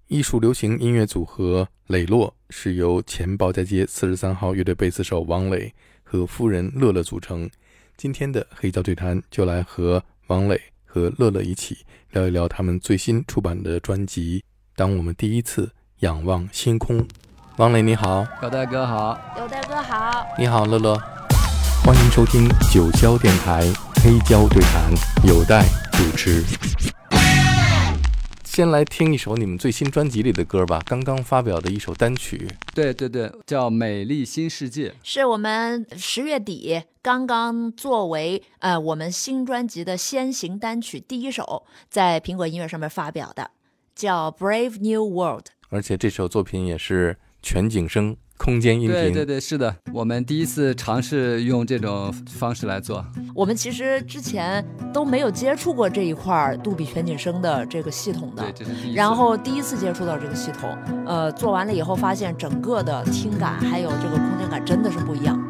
艺术流行音乐组合磊落是由前保家街43号乐队贝斯手王磊和夫人乐乐组成。今天的黑胶对谈就来和王磊和乐乐一起聊一聊他们最新出版的专辑《当我们第一次仰望星空》。王磊你好。 有代哥好。 有代哥好。 你好乐乐。欢迎收听九霄电台黑胶对谈，有代主持。先来听一首你们最新专辑里的歌吧，刚刚发表的一首单曲。 对，叫《美丽新世界》， 是我们10月底刚刚作为我们新专辑的先行单曲第一首，在苹果音乐上面发表的，叫《Brave New World》。 而且这首作品也是全景声空间音频。 对，是的，我们第一次尝试用这种方式来做。 我们其实之前都没有接触过这一块杜比全景声的这个系统的， 对，这是第一次。 然后第一次接触到这个系统，做完了以后发现整个的听感还有这个空间感真的是不一样。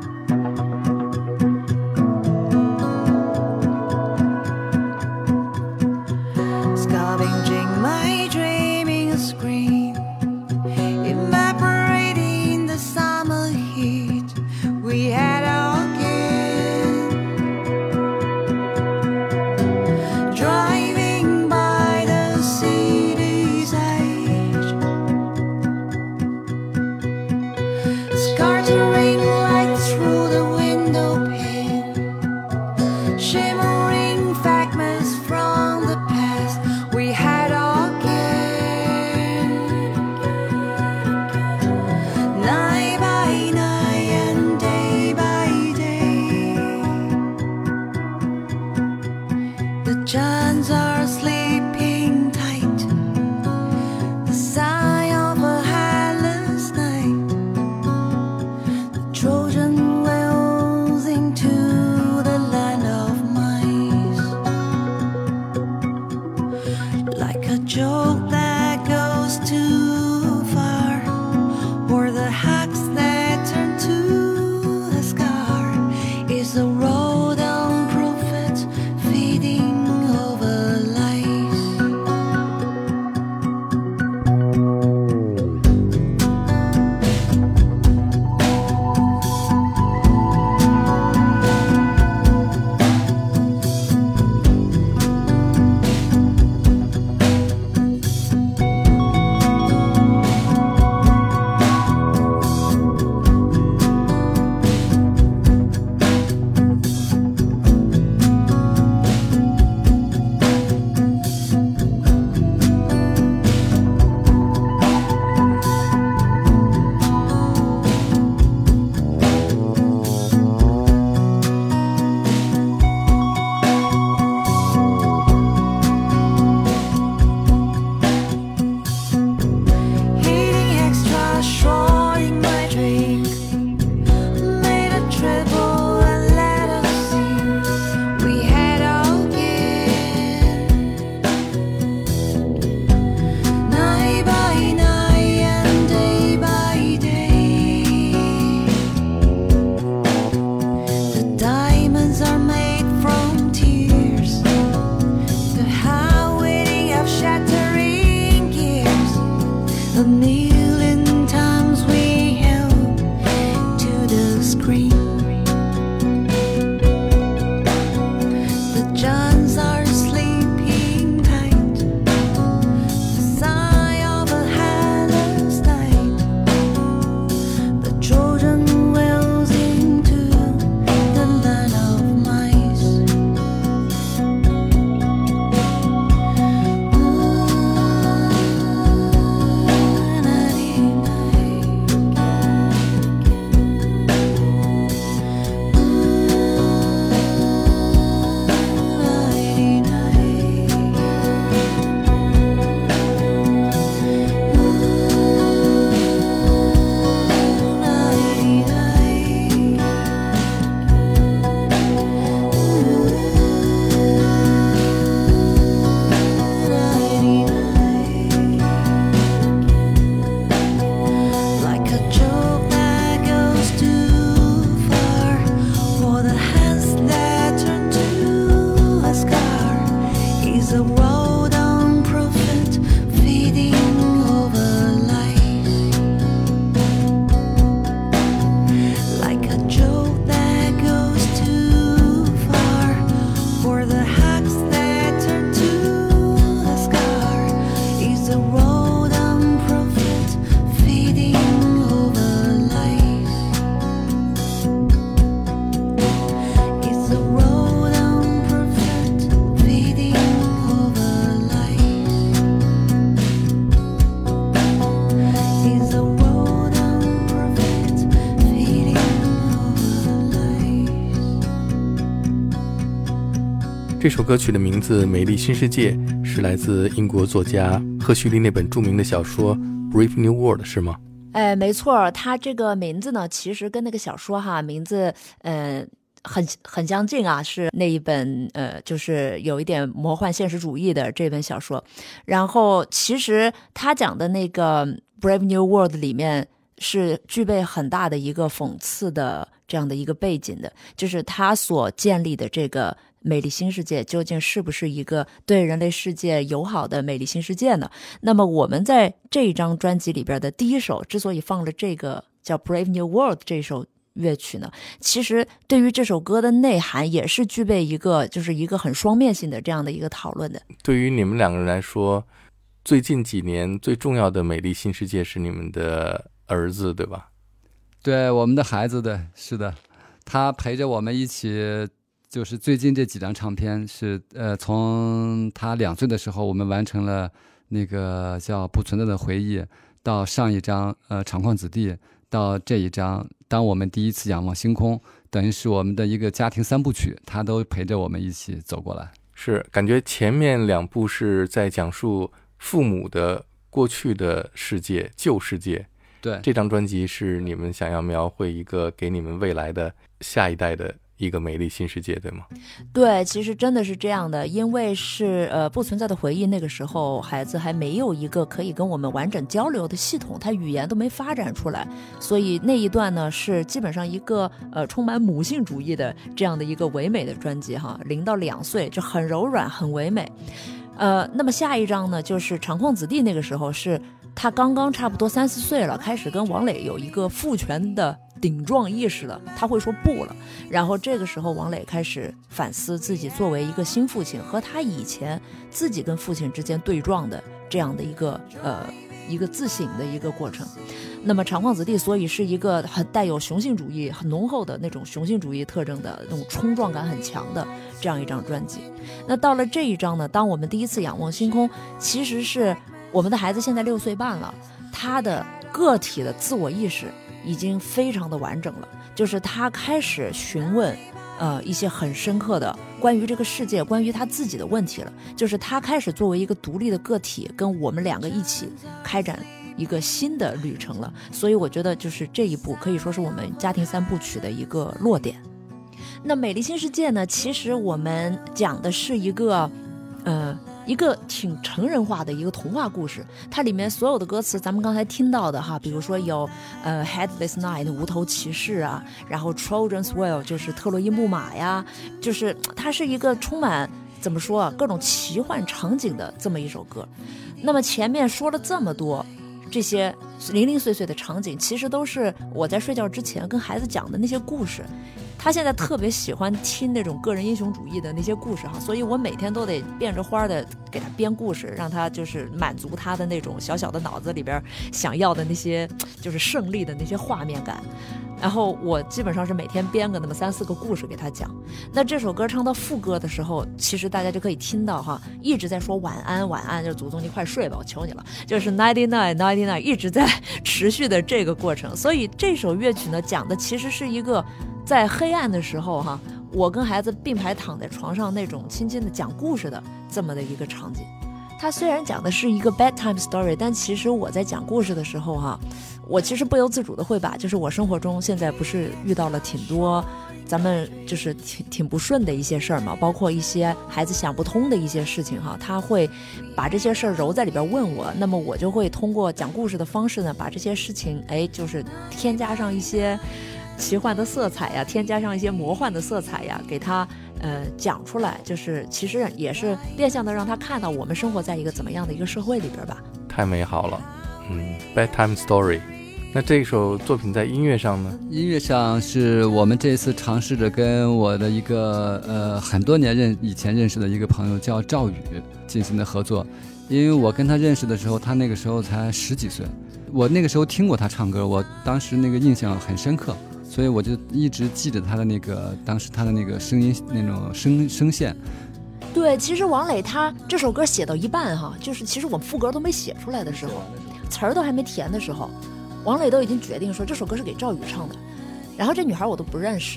这首歌曲的名字《美丽新世界》是来自英国作家赫胥黎那本著名的小说《Brave New World》，是吗？ 没错，它这个名字呢，其实跟那个小说名字很相近啊，是那一本就是有一点魔幻现实主义的这本小说。然后其实他讲的那个 Brave New World 里面是具备很大的一个讽刺的这样的一个背景的，就是他所建立的这个美丽新世界究竟是不是一个对人类世界友好的美丽新世界呢？那么我们在这一张专辑里边的第一首之所以放了这个叫 Brave New World 这首乐曲呢，其实对于这首歌的内涵也是具备一个就是一个很双面性的这样的一个讨论的。 对于你们两个人来说，最近几年最重要的美丽新世界是你们的儿子，对吧？ 对，我们的孩子的，是的，他陪着我们一起，就是最近这几张唱片是从他2岁的时候，我们完成了那个叫不存在的回忆，到上一张厂矿子弟，到这一张当我们第一次仰望星空，等于是我们的一个家庭3部曲，他都陪着我们一起走过来。 是，感觉前面2部是在讲述父母的过去的世界，旧世界。 对， 这张专辑是你们想要描绘一个给你们未来的下一代的一个美丽新世界，对吗？ 对，其实真的是这样的，因为是不存在的回忆，那个时候孩子还没有一个可以跟我们完整交流的系统，他语言都没发展出来，所以那一段呢是基本上一个充满母性主义的这样的一个唯美的专辑哈，0到2岁就很柔软很唯美。那么下一张呢就是厂矿子弟，那个时候是他刚刚差不多3、4岁了，开始跟王磊有一个父权的顶撞意识了，他会说不了。然后这个时候王磊开始反思自己作为一个新父亲和他以前自己跟父亲之间对撞的这样的一个自省的一个过程。那么厂矿子弟所以是一个很带有雄性主义很浓厚的那种雄性主义特征的那种冲撞感很强的这样一张专辑。那到了这一张呢，当我们第一次仰望星空，其实是我们的孩子现在6岁半了，他的个体的自我意识已经非常的完整了，就是他开始询问一些很深刻的关于这个世界关于他自己的问题了，就是他开始作为一个独立的个体跟我们2个一起开展一个新的旅程了。所以我觉得就是这一部可以说是我们家庭3部曲的一个落点。那美丽新世界呢，其实我们讲的是一个挺成人化的一个童话故事，它里面所有的歌词咱们刚才听到的哈，比如说有Headless Knight 无头骑士啊，然后 Trojan's Well 就是特洛伊木马呀，就是它是一个充满怎么说各种奇幻场景的这么一首歌。那么前面说了这么多这些零零碎碎的场景，其实都是我在睡觉之前跟孩子讲的那些故事。他现在特别喜欢听那种个人英雄主义的那些故事哈，所以我每天都得变着花的给他编故事，让他就是满足他的那种小小的脑子里边想要的那些就是胜利的那些画面感。然后我基本上是每天编个那么3、4个故事给他讲。那这首歌唱到副歌的时候，其实大家就可以听到哈，一直在说晚安晚安，就是祖宗你快睡吧，我求你了，就是 99 99 一直在持续的这个过程。所以这首乐曲呢，讲的其实是一个在黑暗的时候哈，我跟孩子并排躺在床上那种轻轻的讲故事的这么的一个场景。它虽然讲的是一个 bedtime story， 但其实我在讲故事的时候哈，我其实不由自主的会把就是我生活中现在不是遇到了挺多咱们就是挺不顺的一些事儿嘛，包括一些孩子想不通的一些事情哈，他会把这些事儿揉在里边问我，那么我就会通过讲故事的方式呢，把这些事情就是添加上一些奇幻的色彩呀，添加上一些魔幻的色彩呀，给他讲出来，就是其实也是变相的让他看到我们生活在一个怎么样的一个社会里边吧。 太美好了，bedtime story。那这首作品在音乐上呢？ 音乐上是我们这次尝试着跟我的一个很多年以前认识的一个朋友叫赵宇进行的合作。因为我跟他认识的时候，他那个时候才10几岁，我那个时候听过他唱歌，我当时那个印象很深刻，所以我就一直记着他的那个当时他的那个声音那种声线。 对，其实王磊他这首歌写到一半哈，就是其实我们副歌都没写出来的时候，词儿都还没填的时候，王磊都已经决定说这首歌是给赵宇唱的。然后这女孩我都不认识，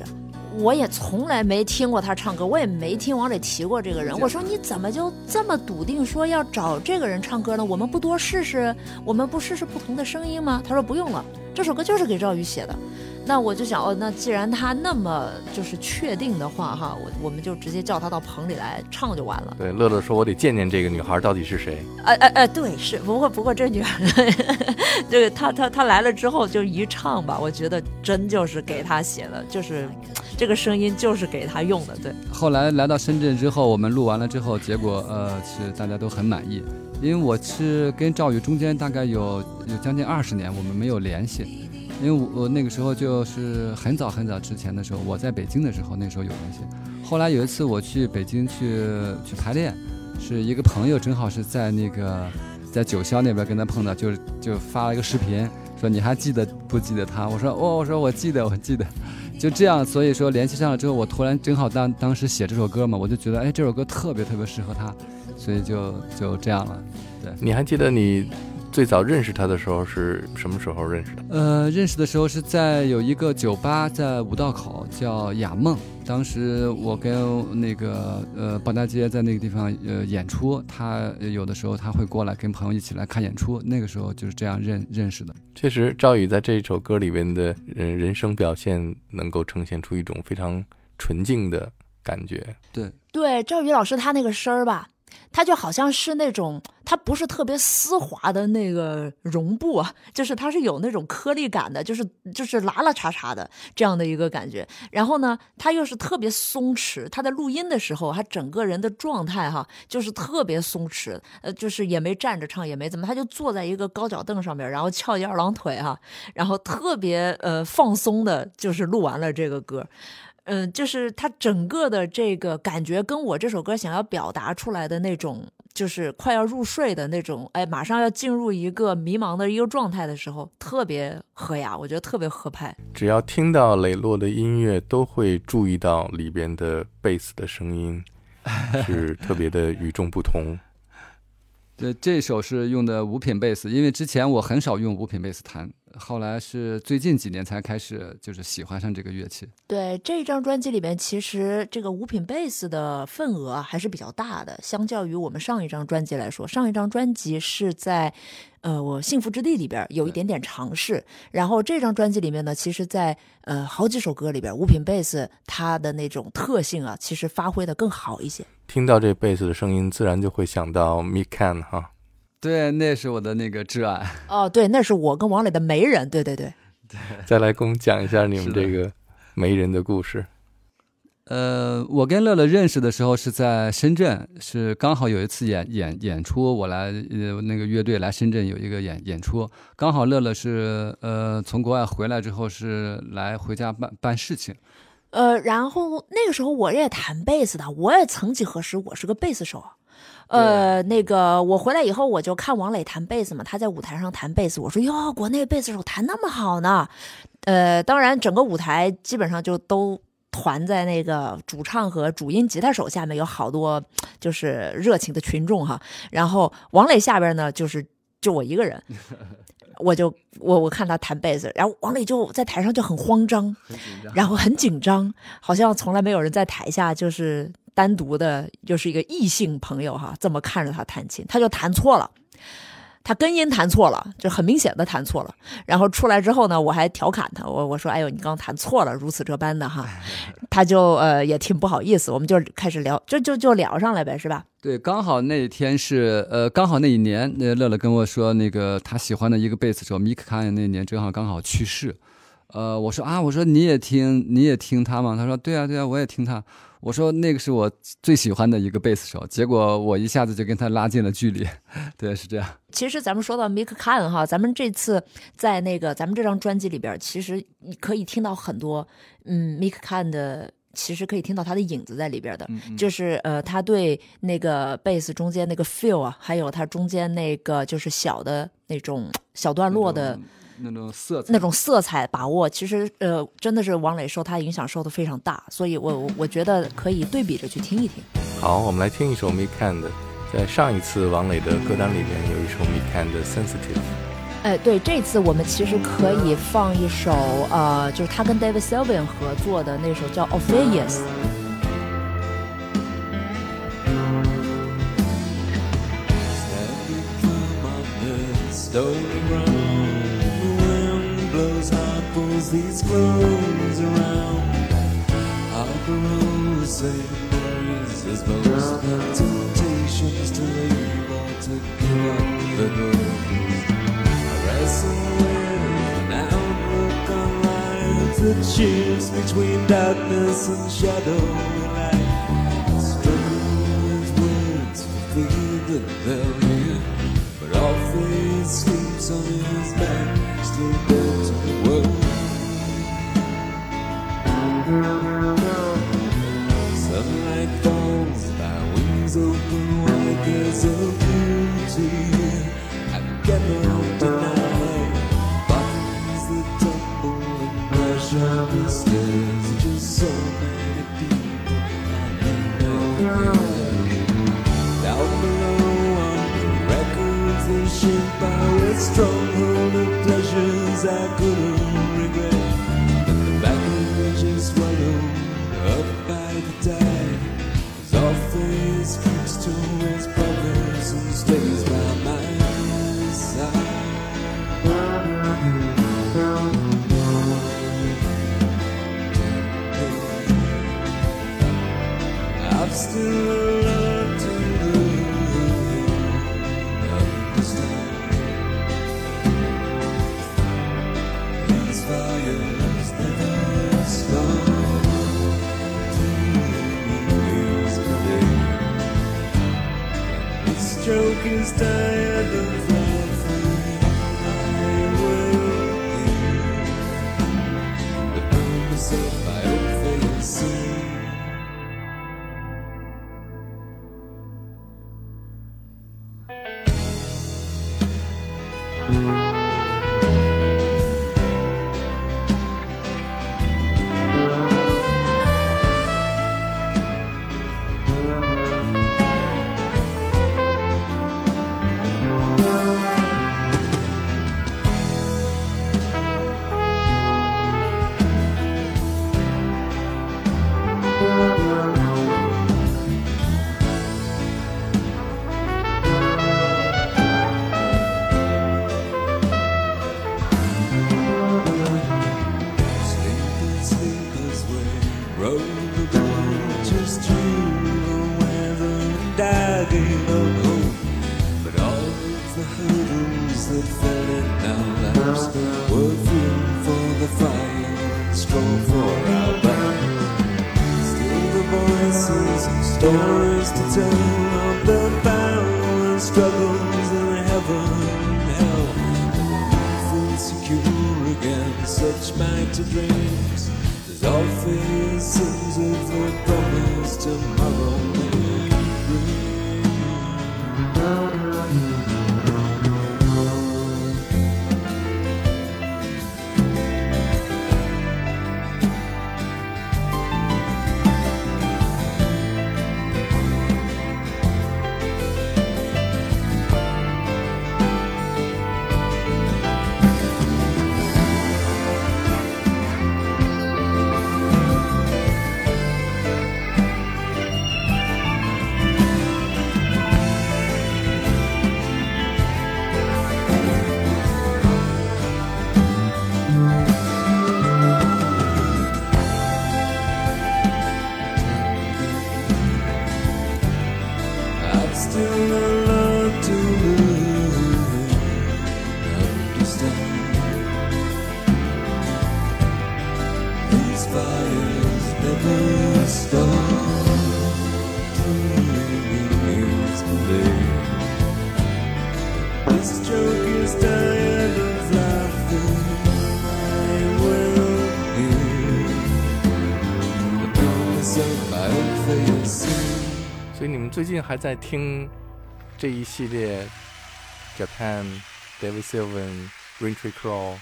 我也从来没听过他唱歌，我也没听王磊提过这个人。我说你怎么就这么笃定说要找这个人唱歌呢？我们不多试试，我们不试试不同的声音吗？他说不用了，这首歌就是给赵宇写的。那我就想，那既然他那么就是确定的话哈，我们就直接叫他到棚里来唱就完了。 对，乐乐说我得见见这个女孩到底是谁。 对，是不过这女孩，这个她来了之后就一唱吧，我觉得真就是给她写的，就是这个声音就是给她用的。对， 后来来到深圳之后，我们录完了之后，结果是大家都很满意，因为我是跟赵宇中间大概有将近20年我们没有联系。因为我那个时候就是很早之前的时候，我在北京的时候，那时候有联系。后来有一次我去北京去排练，是一个朋友正好是在九霄那边跟他碰到，就发了一个视频，说你还记得不记得他？我说我记得，就这样。所以说联系上了之后，我突然正好当时写这首歌嘛，我就觉得这首歌特别适合他，所以就这样了。对， 你还记得你最早认识他的时候是什么时候认识的？ 认识的时候是在有一个酒吧在五道口叫雅梦，当时我跟那个鲍大街在那个地方演出，他有的时候他会过来跟朋友一起来看演出，那个时候就是这样认识的。 确实，赵宇在这首歌里边的人声表现能够呈现出一种非常纯净的感觉。 对，赵宇老师他那个声儿吧，他就好像是那种，他不是特别丝滑的那个绒布啊，就是他是有那种颗粒感的，就是拉拉叉叉的这样的一个感觉。然后呢，他又是特别松弛，他在录音的时候，他整个人的状态哈，就是特别松弛，就是也没站着唱，也没怎么，他就坐在一个高脚凳上面，然后翘一二郎腿哈，然后特别放松的，就是录完了这个歌。就是他整个的这个感觉跟我这首歌想要表达出来的那种，就是快要入睡的那种，马上要进入一个迷茫的一个状态的时候，特别合雅，我觉得特别合拍。 只要听到磊落的音乐，都会注意到里边的贝斯的声音是特别的与众不同。 对，这首是用的五品贝斯，因为之前我很少用五品贝斯弹，后来是最近几年才开始就是喜欢上这个乐器。 对，这张专辑里面其实这个五品贝斯的份额还是比较大的，相较于我们上一张专辑来说，上一张专辑是在我幸福之地里边有一点点尝试，然后这张专辑里面呢，其实在好几首歌里边，五品贝斯它的那种特性啊，其实发挥的更好一些。 听到这贝斯的声音，自然就会想到 Mick Can 哈。 对，那是我的那个挚爱。 哦，对，那是我跟王磊的媒人。对。 再来跟我们讲一下你们这个媒人的故事。 我跟乐乐认识的时候是在深圳，是刚好有一次演出，我来那个乐队来深圳有一个演出，刚好乐乐是从国外回来之后是来回家办事情。 然后那个时候我也弹贝斯的，我也曾几何时我是个贝斯手。那个我回来以后我就看王磊弹贝斯嘛，他在舞台上弹贝斯，我说哟，国内贝斯手弹那么好呢。当然整个舞台基本上就都团在那个主唱和主音吉他手下面，有好多就是热情的群众哈。然后王磊下边呢就我一个人。我看他弹贝斯，然后王磊就在台上就很慌张，然后很紧张，好像从来没有人在台下就是单独的，就是一个异性朋友哈，这么看着他弹琴，他就弹错了，他根音弹错了，就很明显的弹错了。然后出来之后呢，我还调侃他，我说哎呦，你刚弹错了，如此这般的哈。他就也挺不好意思，我们就开始聊，就聊上来呗，是吧？ 对，刚好那一天是刚好那一年，乐乐跟我说，那个他喜欢的一个贝斯手Mick Can那年刚好去世。我说你也听他吗？他说对啊，我也听他。我说那个是我最喜欢的一个贝斯手，结果我一下子就跟他拉近了距离。对，是这样。 其实咱们说到 Mick Can 哈，咱们这次在那个咱们这张专辑里边，其实你可以听到很多Mick Can 的，其实可以听到他的影子在里边的，就是他对那个贝斯中间那个 feel 啊，还有他中间那个就是小的那种小段落的那种色彩把握，其实真的是王磊受他影响受的非常大，所以我觉得可以对比着去听一听。 好，我们来听一首 Mick Can 的，在上一次王磊的歌单里面有一首 Mick Can 的 Sensitive。 对，这次我们其实可以放一首就是他跟 David Sylvian 合作的那首叫 Ophidius。 These clothes around Alcohol say there is most temptations to leave or to give up the ghost. I wrestle with an outlook on life that shifts between darkness and shadow and light. Struggle with words for fear that they'll hear, but all faith sleeps on his back, still dead to the world. Sunlight falls by wings open wide. There's a beauty I cannot deny. Buttons that tumble and crash up the stairs. Just so many people I never down below on the records they shape by a stronghold of pleasures I couldn't regret. Just swallowed up by the tide. His office keeps to his progress and stays by my side. I've still learned to understand. These fires never stop. Stroke is tired of laughing. I will hear the promise of my own face soon. Stories to tell of the power and struggles in heaven and hell. I feel secure against such mighty dreams. There's always sins of the promise tomorrow may bring.飞行。 所以你们最近还在听这一系列 Japan、David Sylvian、Raintree Crow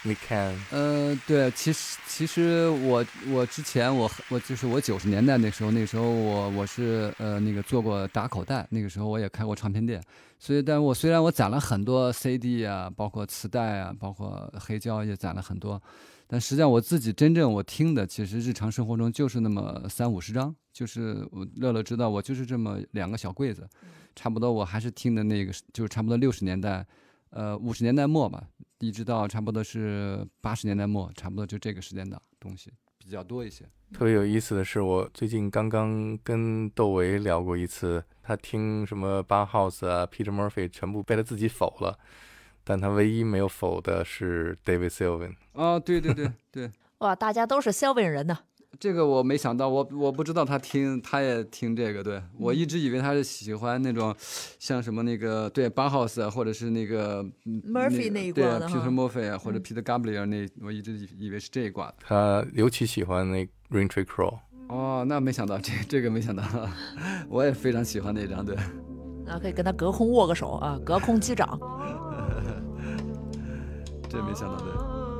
你看， 对，其实我之前我就是我90年代那时候我是那个做过打口袋，那个时候我也开过唱片店，所以虽然我攒了很多 CD 啊，包括磁带啊，包括黑胶也攒了很多，但实际上我自己真正我听的，其实日常生活中就是那么30-50张，就是我乐乐知道我就是这么2个小柜子，差不多我还是听的那个就是差不多60年代。50年代末吧，一直到差不多是80年代末，差不多就这个时间档东西比较多一些。 特别有意思的是，我最近刚刚跟窦唯聊过一次，他听什么巴浩斯啊、Peter Murphy 全部被他自己否了，但他唯一没有否的是 David Sylvian。 哦，对对对对， 哇，大家都是 Sylvian 人呢。 这个我没想到，我不知道他也听这个，对，我一直以为他是喜欢那种像什么那个对巴浩斯或者是那个 Murphy 那一挂的对 Peter Murphy 啊或者 Peter Gabriel 那，我一直以为是这一挂的。 他尤其喜欢那 Rain Tree Crow。 哦，那没想到这个没想到，我也非常喜欢那张，对。 那可以跟他隔空握个手啊，隔空击掌。 这没想到，对。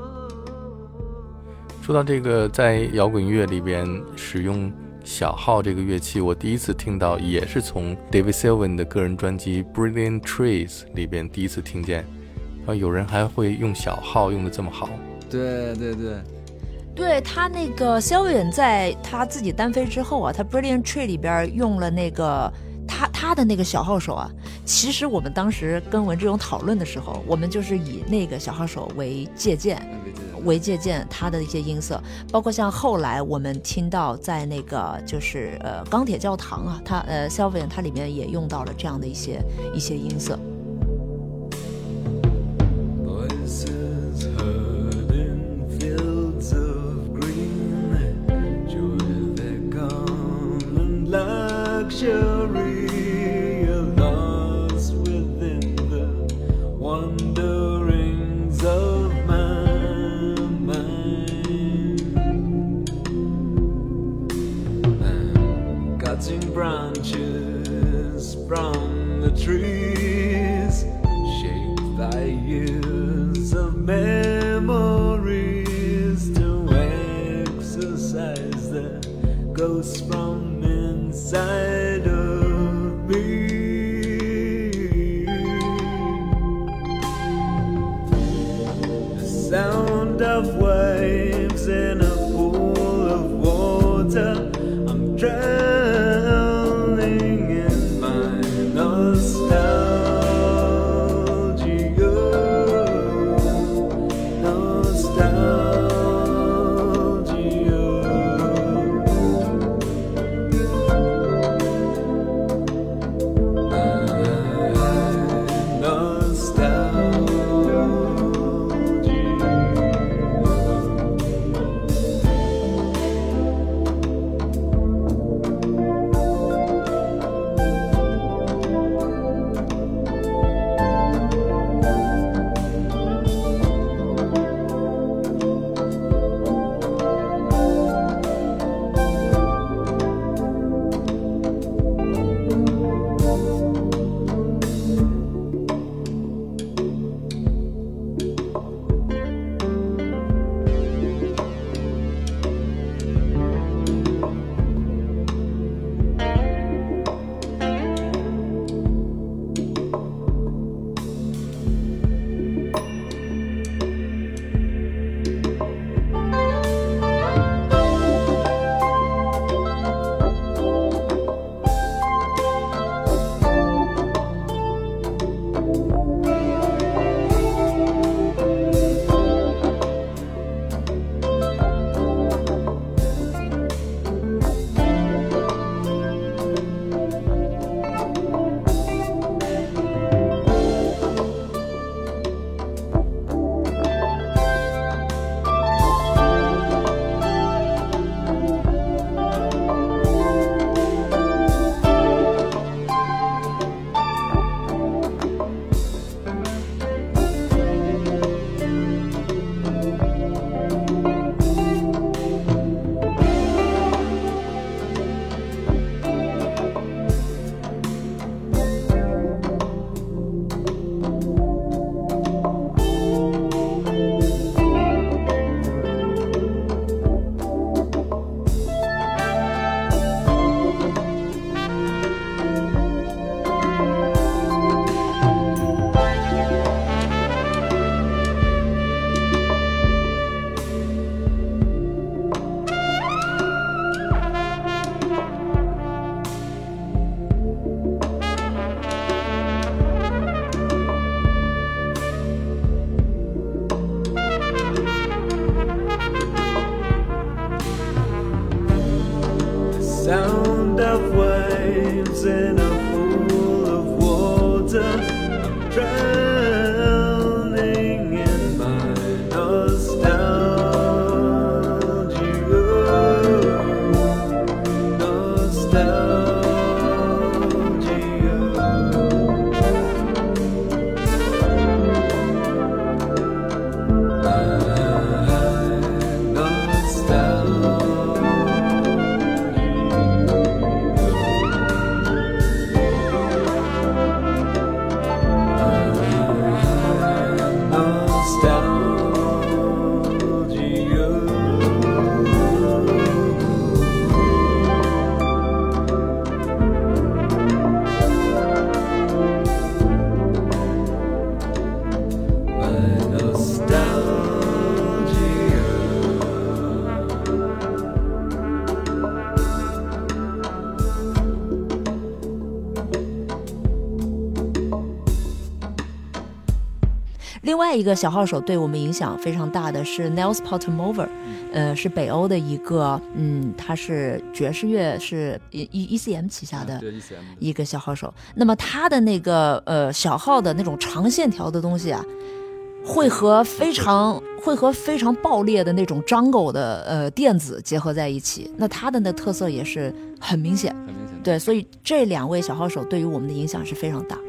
说到这个，在摇滚乐里边使用小号这个乐器，我第一次听到也是从 David Sylvian 的个人专辑 Brilliant Trees 里边第一次听见，然后有人还会用小号用的这么好。 对对对， 对，他那个Sylvian在他自己单飞之后啊，他 Brilliant Tree 里边用了那个他的那个小号手啊，其实我们当时跟文志勇讨论的时候，我们就是以那个小号手为借鉴他的一些音色，包括像后来我们听到在那个就是钢铁教堂啊，他Sylvian 他里面也用到了这样的一些音色。 Branches from the trees, shaped by years of memories, to exercise the ghosts from inside of me. The sound of waves in a pool of water, I'm drowning in my nostalgia. 一个小号手对我们影响非常大的是 Nels Porter-Mover，是北欧的一个，他是爵士乐是ECM 旗下的一个小号手。那么他的那个小号的那种长线条的东西啊，会和非常爆裂的那种 jungle 的电子结合在一起，那他的那特色也是很明显。对，所以这2位小号手对于我们的影响是非常大。